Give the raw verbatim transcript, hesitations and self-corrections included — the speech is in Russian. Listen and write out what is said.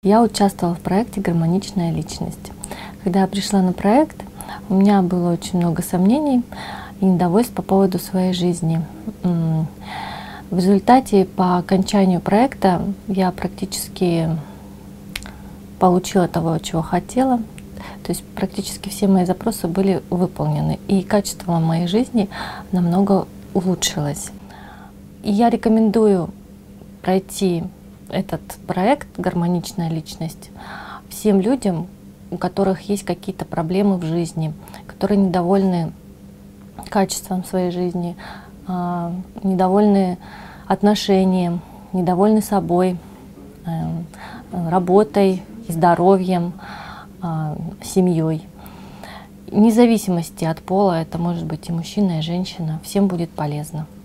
Я участвовала в проекте «Гармоничная личность». Когда я пришла на проект, у меня было очень много сомнений и недовольств по поводу своей жизни. В результате, по окончанию проекта, я практически получила того, чего хотела. То есть практически все мои запросы были выполнены, и качество моей жизни намного улучшилось. И я рекомендую пройти этот проект «Гармоничная личность» всем людям, у которых есть какие-то проблемы в жизни, которые недовольны качеством своей жизни, недовольны отношением, недовольны собой, работой, здоровьем, семьей. Вне зависимости от пола, это может быть и мужчина, и женщина, всем будет полезно.